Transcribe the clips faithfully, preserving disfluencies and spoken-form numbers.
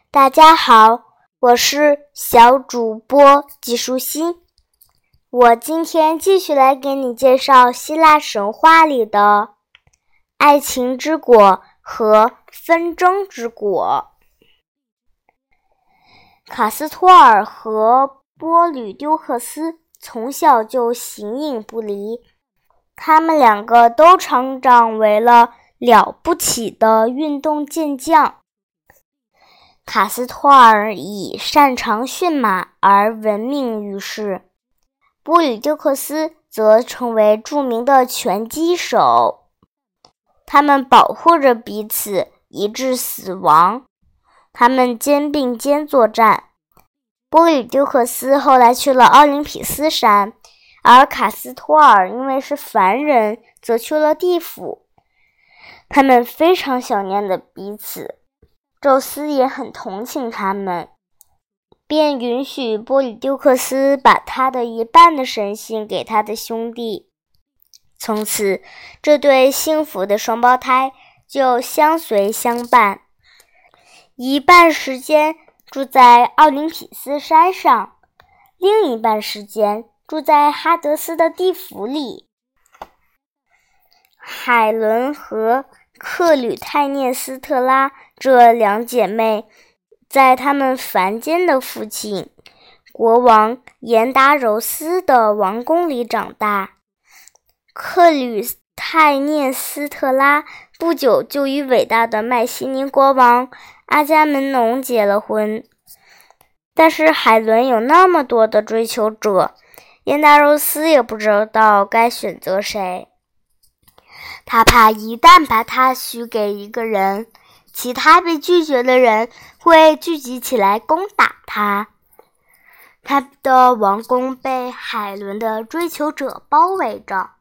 大家好，我是小主播季舒心。我今天继续来给你介绍希腊神话里的爱情之果和纷争之果。卡斯托尔和波吕丢克斯从小就形影不离，他们两个都成长为了了不起的运动健将。卡斯托尔以擅长驯马而闻名于世，波吕丢克斯则成为著名的拳击手。他们保护着彼此，以致死亡。他们肩并肩作战。波吕丢克斯后来去了奥林匹斯山，而卡斯托尔因为是凡人，则去了地府。他们非常想念着彼此。宙斯也很同情他们，便允许波吕丢克斯把他的一半的神性给他的兄弟。从此，这对幸福的双胞胎就相随相伴，一半时间住在奥林匹斯山上，另一半时间住在哈德斯的地府里。海伦和克吕泰涅斯特拉这两姐妹在她们凡间的父亲国王颜达柔斯的王宫里长大。克吕泰涅斯特拉不久就与伟大的迈锡尼国王阿伽门农结了婚，但是海伦有那么多的追求者，颜达柔斯也不知道该选择谁。他怕一旦把他许给一个人，其他被拒绝的人会聚集起来攻打他。他的王宫被海伦的追求者包围着，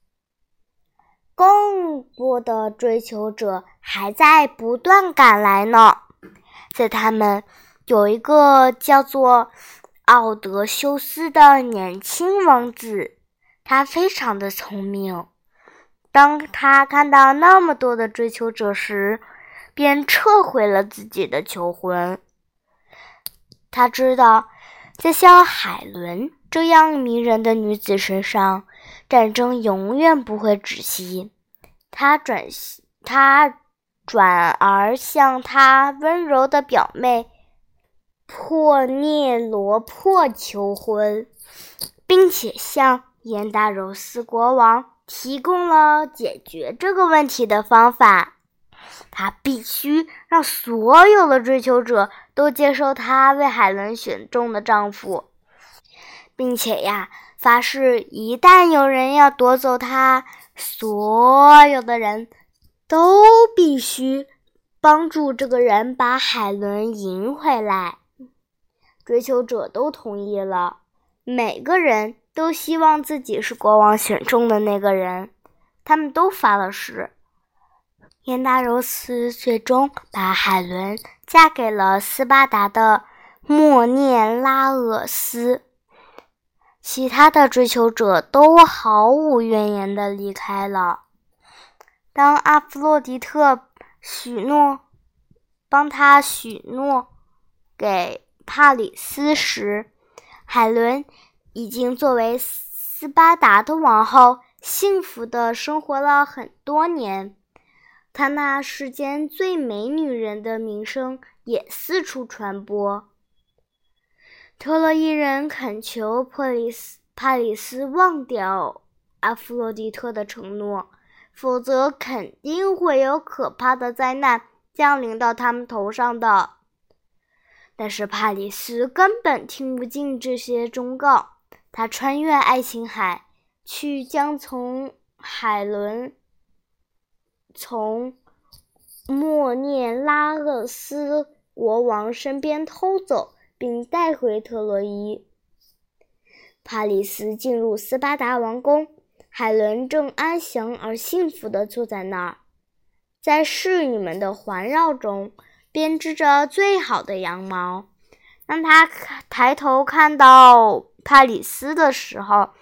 更多的追求者还在不断赶来呢。在他们有一个叫做奥德修斯的年轻王子，他非常的聪明。当他看到那么多的追求者时，便撤回了自己的求婚。他知道，在像海伦这样迷人的女子身上，战争永远不会止息。他转他转而向他温柔的表妹珀涅罗珀求婚，并且向颜达柔斯国王提供了解决这个问题的方法。他必须让所有的追求者都接受他为海伦选中的丈夫，并且呀，发誓一旦有人要夺走他，所有的人都必须帮助这个人把海伦赢回来。追求者都同意了，每个人都希望自己是国王选中的那个人，他们都发了誓。颜达柔斯最终把海伦嫁给了斯巴达的莫涅拉厄斯，其他的追求者都毫无怨言地离开了。当阿弗洛狄特许诺帮他许诺给帕里斯时，海伦已经作为斯巴达的王后幸福地生活了很多年。她那世间最美女人的名声也四处传播。特洛伊人恳求珀里斯帕里斯忘掉阿弗洛狄特的承诺，否则肯定会有可怕的灾难降临到他们头上的。但是帕里斯根本听不进这些忠告，他穿越爱琴海，去将从海伦从莫涅拉厄斯国王身边偷走，并带回特洛伊。帕里斯进入斯巴达王宫，海伦正安详而幸福地坐在那儿，在侍女们的环绕中编织着最好的羊毛。当他抬头看到帕里斯的时候，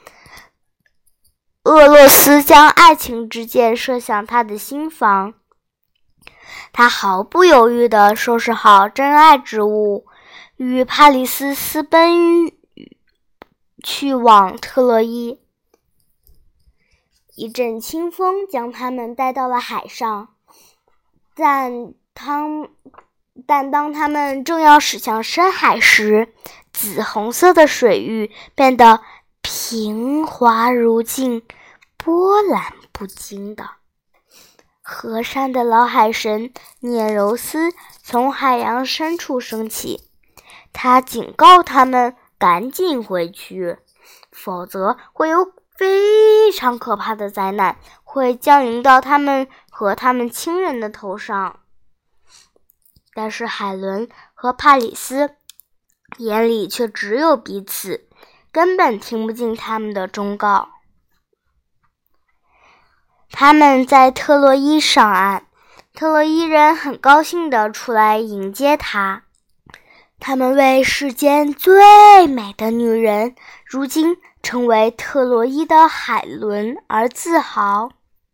厄洛斯将爱情之箭射向他的心房。 他毫不犹豫地收拾好珍爱之物，与帕里斯私奔去往特洛伊。一阵清风将他们带到了海上，但当但当他们正要驶向深海时，紫红色的水域变得平滑如镜，波澜不惊的。和善的老海神涅柔斯从海洋深处升起，他警告他们赶紧回去，否则会有非常可怕的灾难会降临到他们和他们亲人的头上。但是海伦和帕里斯眼里却只有彼此，根本听不进他们的忠告。他们在特洛伊上岸，特洛伊人很高兴地出来迎接他。他们为世间最美的女人，如今成为特洛伊的海伦而自豪。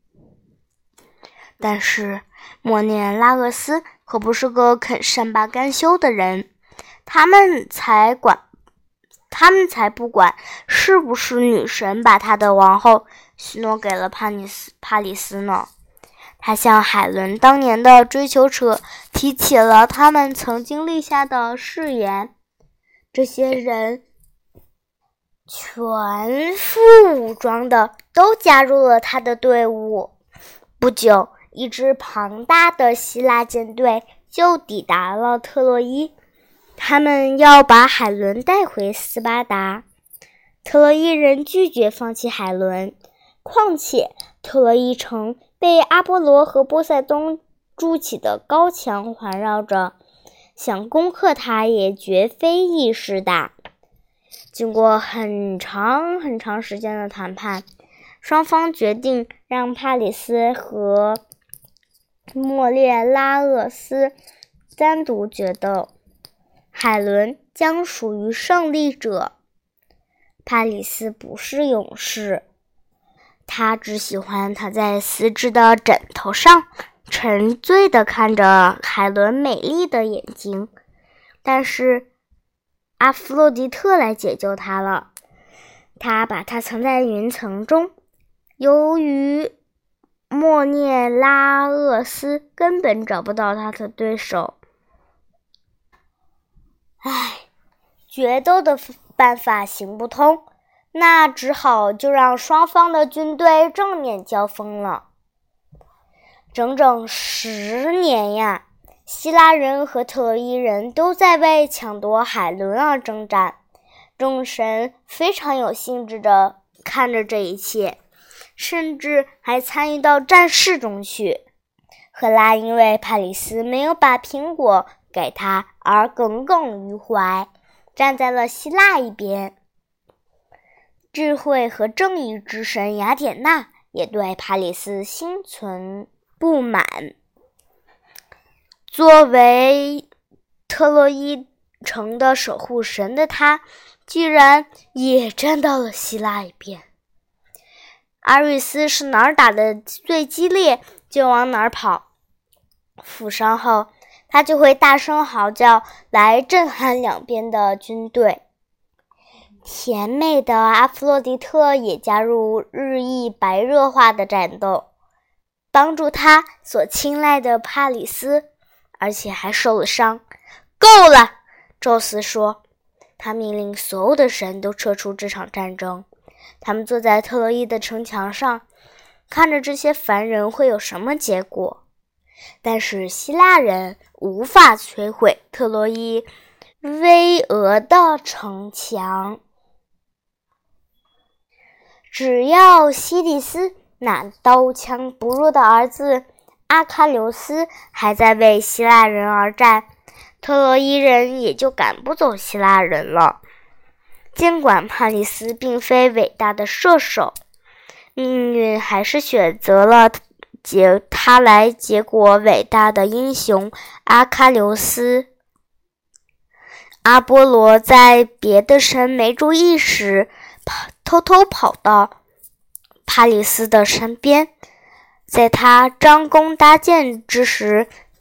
但是莫涅拉厄斯可不是个肯善罢甘休的人，他们才管他们才不管是不是女神把他的王后许诺给了帕里斯帕里斯呢。他向海伦当年的追求者提起了他们曾经立下的誓言，这些人全副武装的都加入了他的队伍。不久，一支庞大的希腊舰队就抵达了特洛伊，他们要把海伦带回斯巴达。特洛伊人拒绝放弃海伦，况且特洛伊城被阿波罗和波塞冬筑起的高墙环绕着，想攻克它也绝非易事大。经过很长很长时间的谈判，双方决定让帕里斯和莫列拉厄斯单独决斗，海伦将属于胜利者。帕里斯不是勇士，他只喜欢躺在丝质的枕头上，沉醉地看着海伦美丽的眼睛。但是阿弗洛狄特来解救他了，他把他藏在云层中。由于莫涅拉厄斯根本找不到他的对手，唉，决斗的办法行不通，那只好就让双方的军队正面交锋了。整整十年呀，希腊人和特洛伊人都在为抢夺海伦而征战。众神非常有兴致地看着这一切，甚至还参与到战事中去。赫拉因为帕里斯没有把苹果给他而耿耿于怀，站在了希腊一边。智慧和正义之神雅典娜也对帕里斯心存不满。作为特洛伊城的守护神的他，居然也站到了希腊一边。阿瑞斯是哪儿打得最激烈就往哪儿跑，负伤后他就会大声嚎叫来震撼两边的军队。甜美的阿弗洛狄特也加入日益白热化的战斗，帮助他所青睐的帕里斯，而且还受了伤。够了，宙斯说。他命令所有的神都撤出这场战争。他们坐在特洛伊的城墙上，看着这些凡人会有什么结果。但是希腊人无法摧毁特洛伊巍峨的城墙。只要西蒂斯那刀枪不入的儿子阿喀琉斯还在为希腊人而战，特洛伊人也就赶不走希腊人了。尽管帕里斯并非伟大的射手，命运还是选择了结他来结果伟大的英雄阿喀琉斯。阿波罗在别的神没注意时，跑偷偷跑到帕里斯的身边，在他张弓搭箭之时，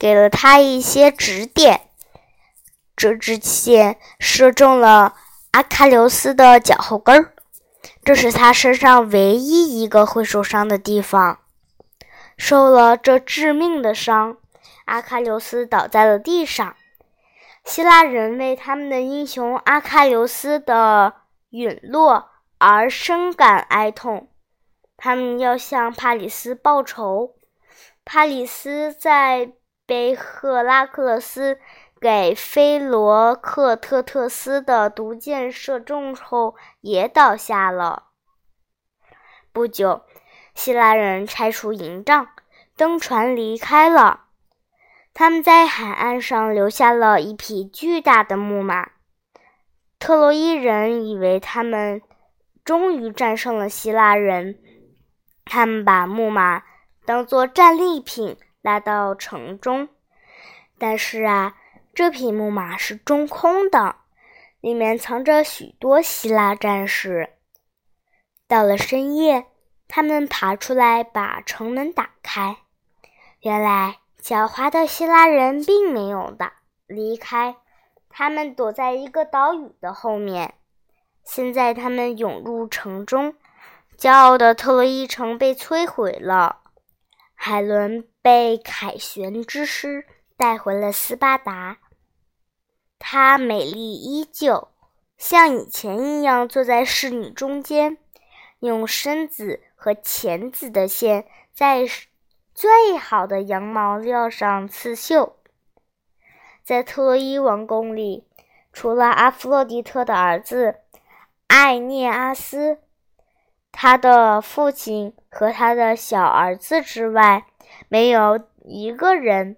给了他一些指点。这支箭射中了阿喀琉斯的脚后跟儿，这是他身上唯一一个会受伤的地方。受了这致命的伤，阿喀琉斯倒在了地上。希腊人为他们的英雄阿喀琉斯的陨落而深感哀痛，他们要向帕里斯报仇。帕里斯在被赫拉克勒斯给菲罗克特特斯的毒箭射中后也倒下了。不久，希腊人拆除营帐，登船离开了。他们在海岸上留下了一匹巨大的木马。特洛伊人以为他们终于战胜了希腊人，他们把木马当作战利品拉到城中。但是啊，这匹木马是中空的，里面藏着许多希腊战士。到了深夜，他们爬出来把城门打开。原来狡猾的希腊人并没有打离开，他们躲在一个岛屿的后面。现在他们涌入城中，骄傲的特洛伊城被摧毁了。海伦被凯旋之师带回了斯巴达，她美丽依旧，像以前一样坐在侍女中间，用身子和钳子的线在最好的羊毛料上刺绣。在特洛伊王宫里，除了阿弗洛狄特的儿子艾涅阿斯，他的父亲和他的小儿子之外，没有一个人。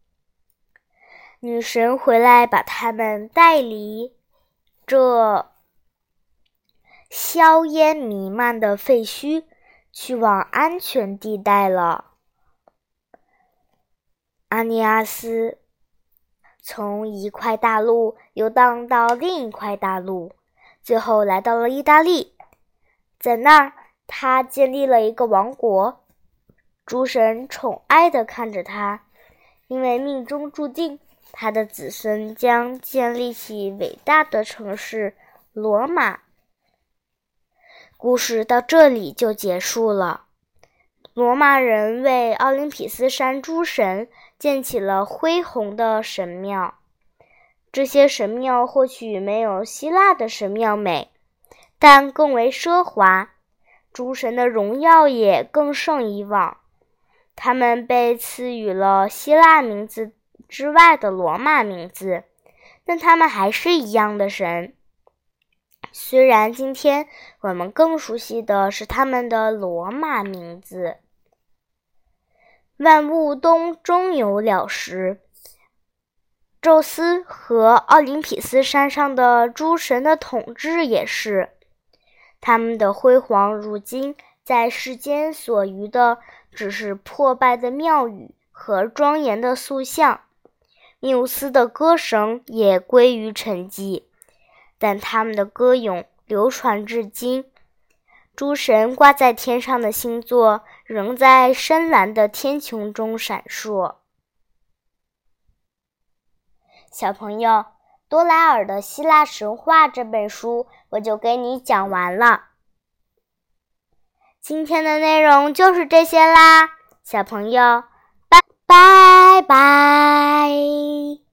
女神回来把他们带离这硝烟弥漫的废墟，去往安全地带了。阿涅阿斯从一块大陆游荡到另一块大陆，最后来到了意大利。在那儿，他建立了一个王国。诸神宠爱地看着他，因为命中注定，他的子孙将建立起伟大的城市罗马。故事到这里就结束了。罗马人为奥林匹斯山诸神建起了恢宏的神庙，这些神庙或许没有希腊的神庙美，但更为奢华，诸神的荣耀也更胜以往。他们被赐予了希腊名字之外的罗马名字，但他们还是一样的神。虽然今天我们更熟悉的是他们的罗马名字。万物都终有了时，宙斯和奥林匹斯山上的诸神的统治也是。他们的辉煌如今在世间所余的只是破败的庙宇和庄严的塑像，缪斯的歌声也归于沉寂，但他们的歌咏流传至今。诸神挂在天上的星座仍在深蓝的天穹中闪烁。小朋友，多莱尔的希腊神话这本书我就给你讲完了。今天的内容就是这些啦，小朋友，拜拜拜。